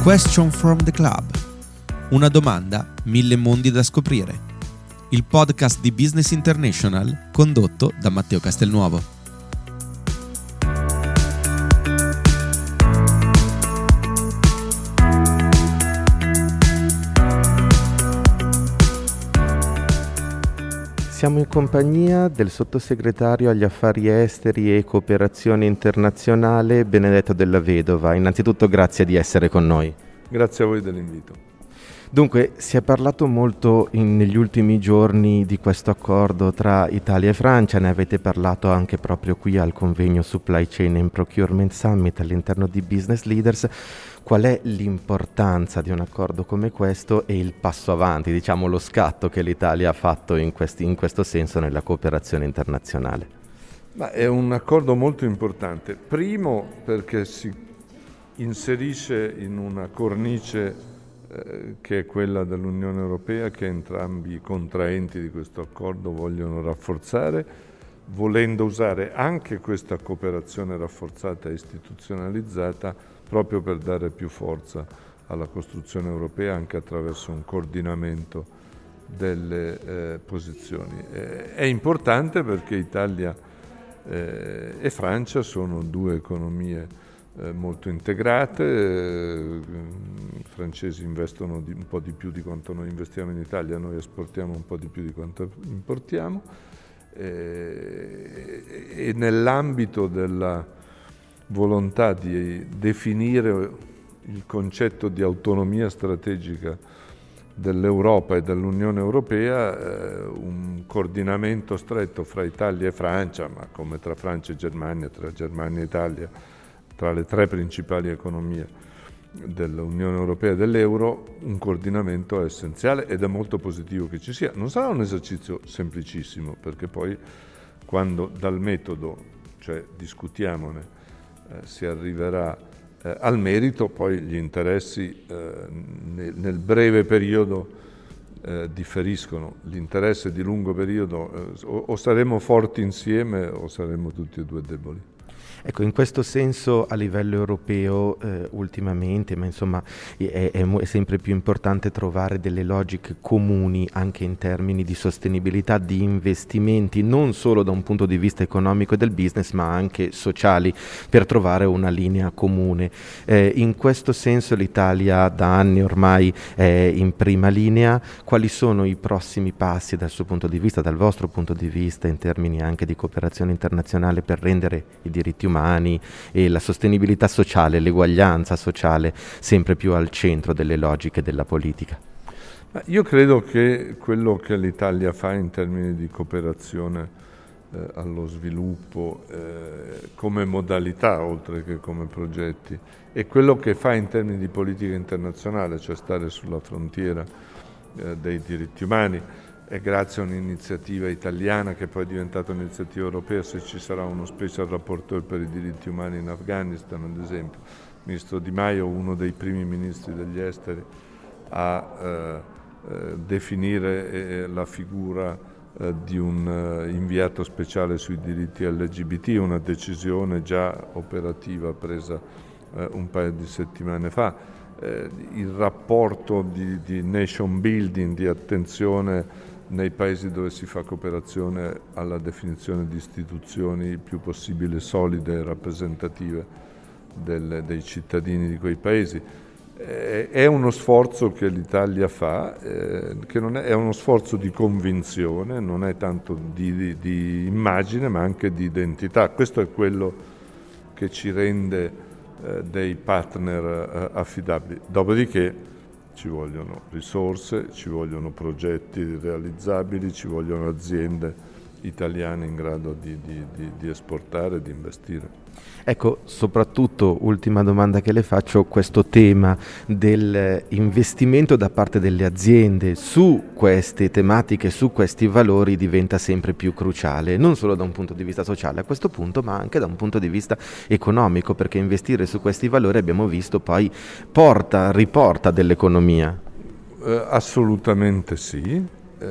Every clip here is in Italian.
Question from the Club. Una domanda, 1000 mondi da scoprire. Il podcast di Business International condotto da Matteo Castelnuovo. Siamo in compagnia del sottosegretario agli affari esteri e cooperazione internazionale Benedetto Della Vedova. Innanzitutto grazie di essere con noi. Grazie a voi dell'invito. Dunque, si è parlato molto negli ultimi giorni di questo accordo tra Italia e Francia, ne avete parlato anche proprio qui al convegno Supply Chain and Procurement Summit all'interno di Business Leaders. Qual è l'importanza di un accordo come questo e il passo avanti, diciamo lo scatto che l'Italia ha fatto in questo senso nella cooperazione internazionale? È un accordo molto importante. Primo perché si inserisce in una cornice che è quella dell'Unione Europea, che entrambi i contraenti di questo accordo vogliono rafforzare, volendo usare anche questa cooperazione rafforzata e istituzionalizzata proprio per dare più forza alla costruzione europea anche attraverso un coordinamento delle posizioni. È importante perché Italia e Francia sono due economie molto integrate, i francesi investono un po' di più di quanto noi investiamo in Italia, noi esportiamo un po' di più di quanto importiamo e nell'ambito della volontà di definire il concetto di autonomia strategica dell'Europa e dell'Unione Europea, un coordinamento stretto fra Italia e Francia, ma come tra Francia e Germania, tra Germania e Italia, tra le tre principali economie dell'Unione Europea e dell'euro, un coordinamento è essenziale ed è molto positivo che ci sia. Non sarà un esercizio semplicissimo, perché poi quando dal metodo, cioè discutiamone, si arriverà al merito, poi gli interessi nel breve periodo differiscono. L'interesse di lungo periodo o saremo forti insieme o saremo tutti e due deboli. Ecco, in questo senso a livello europeo ultimamente, ma insomma è sempre più importante trovare delle logiche comuni anche in termini di sostenibilità di investimenti, non solo da un punto di vista economico e del business, ma anche sociali, per trovare una linea comune. In questo senso l'Italia da anni ormai è in prima linea. Quali sono i prossimi passi dal suo punto di vista, dal vostro punto di vista, in termini anche di cooperazione internazionale per rendere i diritti umani e la sostenibilità sociale, l'eguaglianza sociale sempre più al centro delle logiche della politica? Io credo che quello che l'Italia fa in termini di cooperazione allo sviluppo come modalità oltre che come progetti e quello che fa in termini di politica internazionale, cioè stare sulla frontiera dei diritti umani, è grazie a un'iniziativa italiana che poi è diventata un'iniziativa europea. Se ci sarà uno special rapporteur per i diritti umani in Afghanistan, ad esempio, il ministro Di Maio, uno dei primi ministri degli esteri, a definire la figura di un inviato speciale sui diritti LGBT, una decisione già operativa presa un paio di settimane fa. Il rapporto di nation building, di attenzione nei paesi dove si fa cooperazione alla definizione di istituzioni il più possibile solide e rappresentative dei cittadini di quei paesi. È uno sforzo che l'Italia fa, che non è uno sforzo di convinzione, non è tanto di immagine ma anche di identità. Questo è quello che ci rende dei partner affidabili. Dopodiché ci vogliono risorse, ci vogliono progetti realizzabili, ci vogliono aziende italiane in grado di esportare e di investire. Ecco, soprattutto, ultima domanda che le faccio, questo tema dell'investimento da parte delle aziende su queste tematiche, su questi valori diventa sempre più cruciale, non solo da un punto di vista sociale a questo punto, ma anche da un punto di vista economico, perché investire su questi valori, abbiamo visto, poi riporta dell'economia. Assolutamente sì.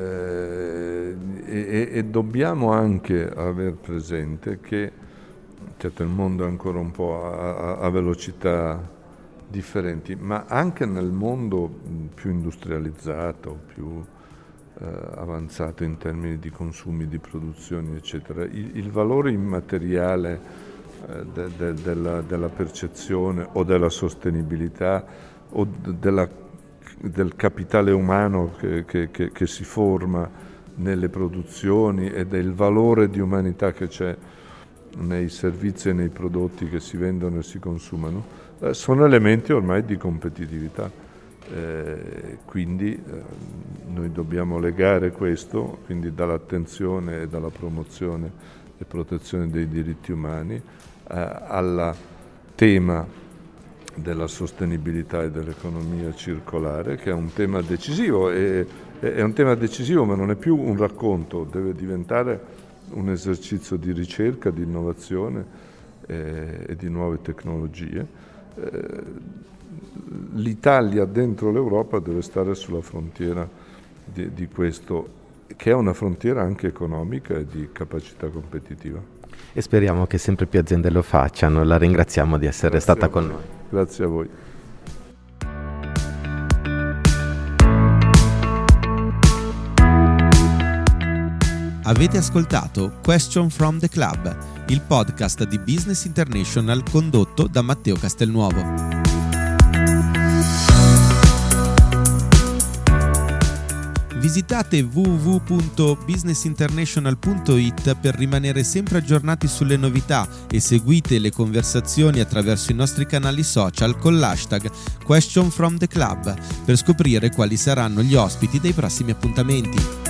E dobbiamo anche aver presente che certo il mondo è ancora un po' a velocità differenti, ma anche nel mondo più industrializzato, più avanzato in termini di consumi, di produzioni, eccetera, il valore immateriale della percezione o della sostenibilità o del capitale umano che si forma nelle produzioni e del valore di umanità che c'è nei servizi e nei prodotti che si vendono e si consumano, sono elementi ormai di competitività. Quindi noi dobbiamo legare questo, quindi dall'attenzione e dalla promozione e protezione dei diritti umani al tema della sostenibilità e dell'economia circolare, che è un tema decisivo, è un tema decisivo, ma non è più un racconto, deve diventare un esercizio di ricerca, di innovazione e di nuove tecnologie. L'Italia dentro l'Europa deve stare sulla frontiera di questo, che è una frontiera anche economica e di capacità competitiva. E speriamo che sempre più aziende lo facciano. La ringraziamo di essere stata con noi. Grazie a voi. Avete ascoltato Question from the Club, il podcast di Business International condotto da Matteo Castelnuovo. Visitate www.businessinternational.it per rimanere sempre aggiornati sulle novità e seguite le conversazioni attraverso i nostri canali social con l'hashtag Question from the Club per scoprire quali saranno gli ospiti dei prossimi appuntamenti.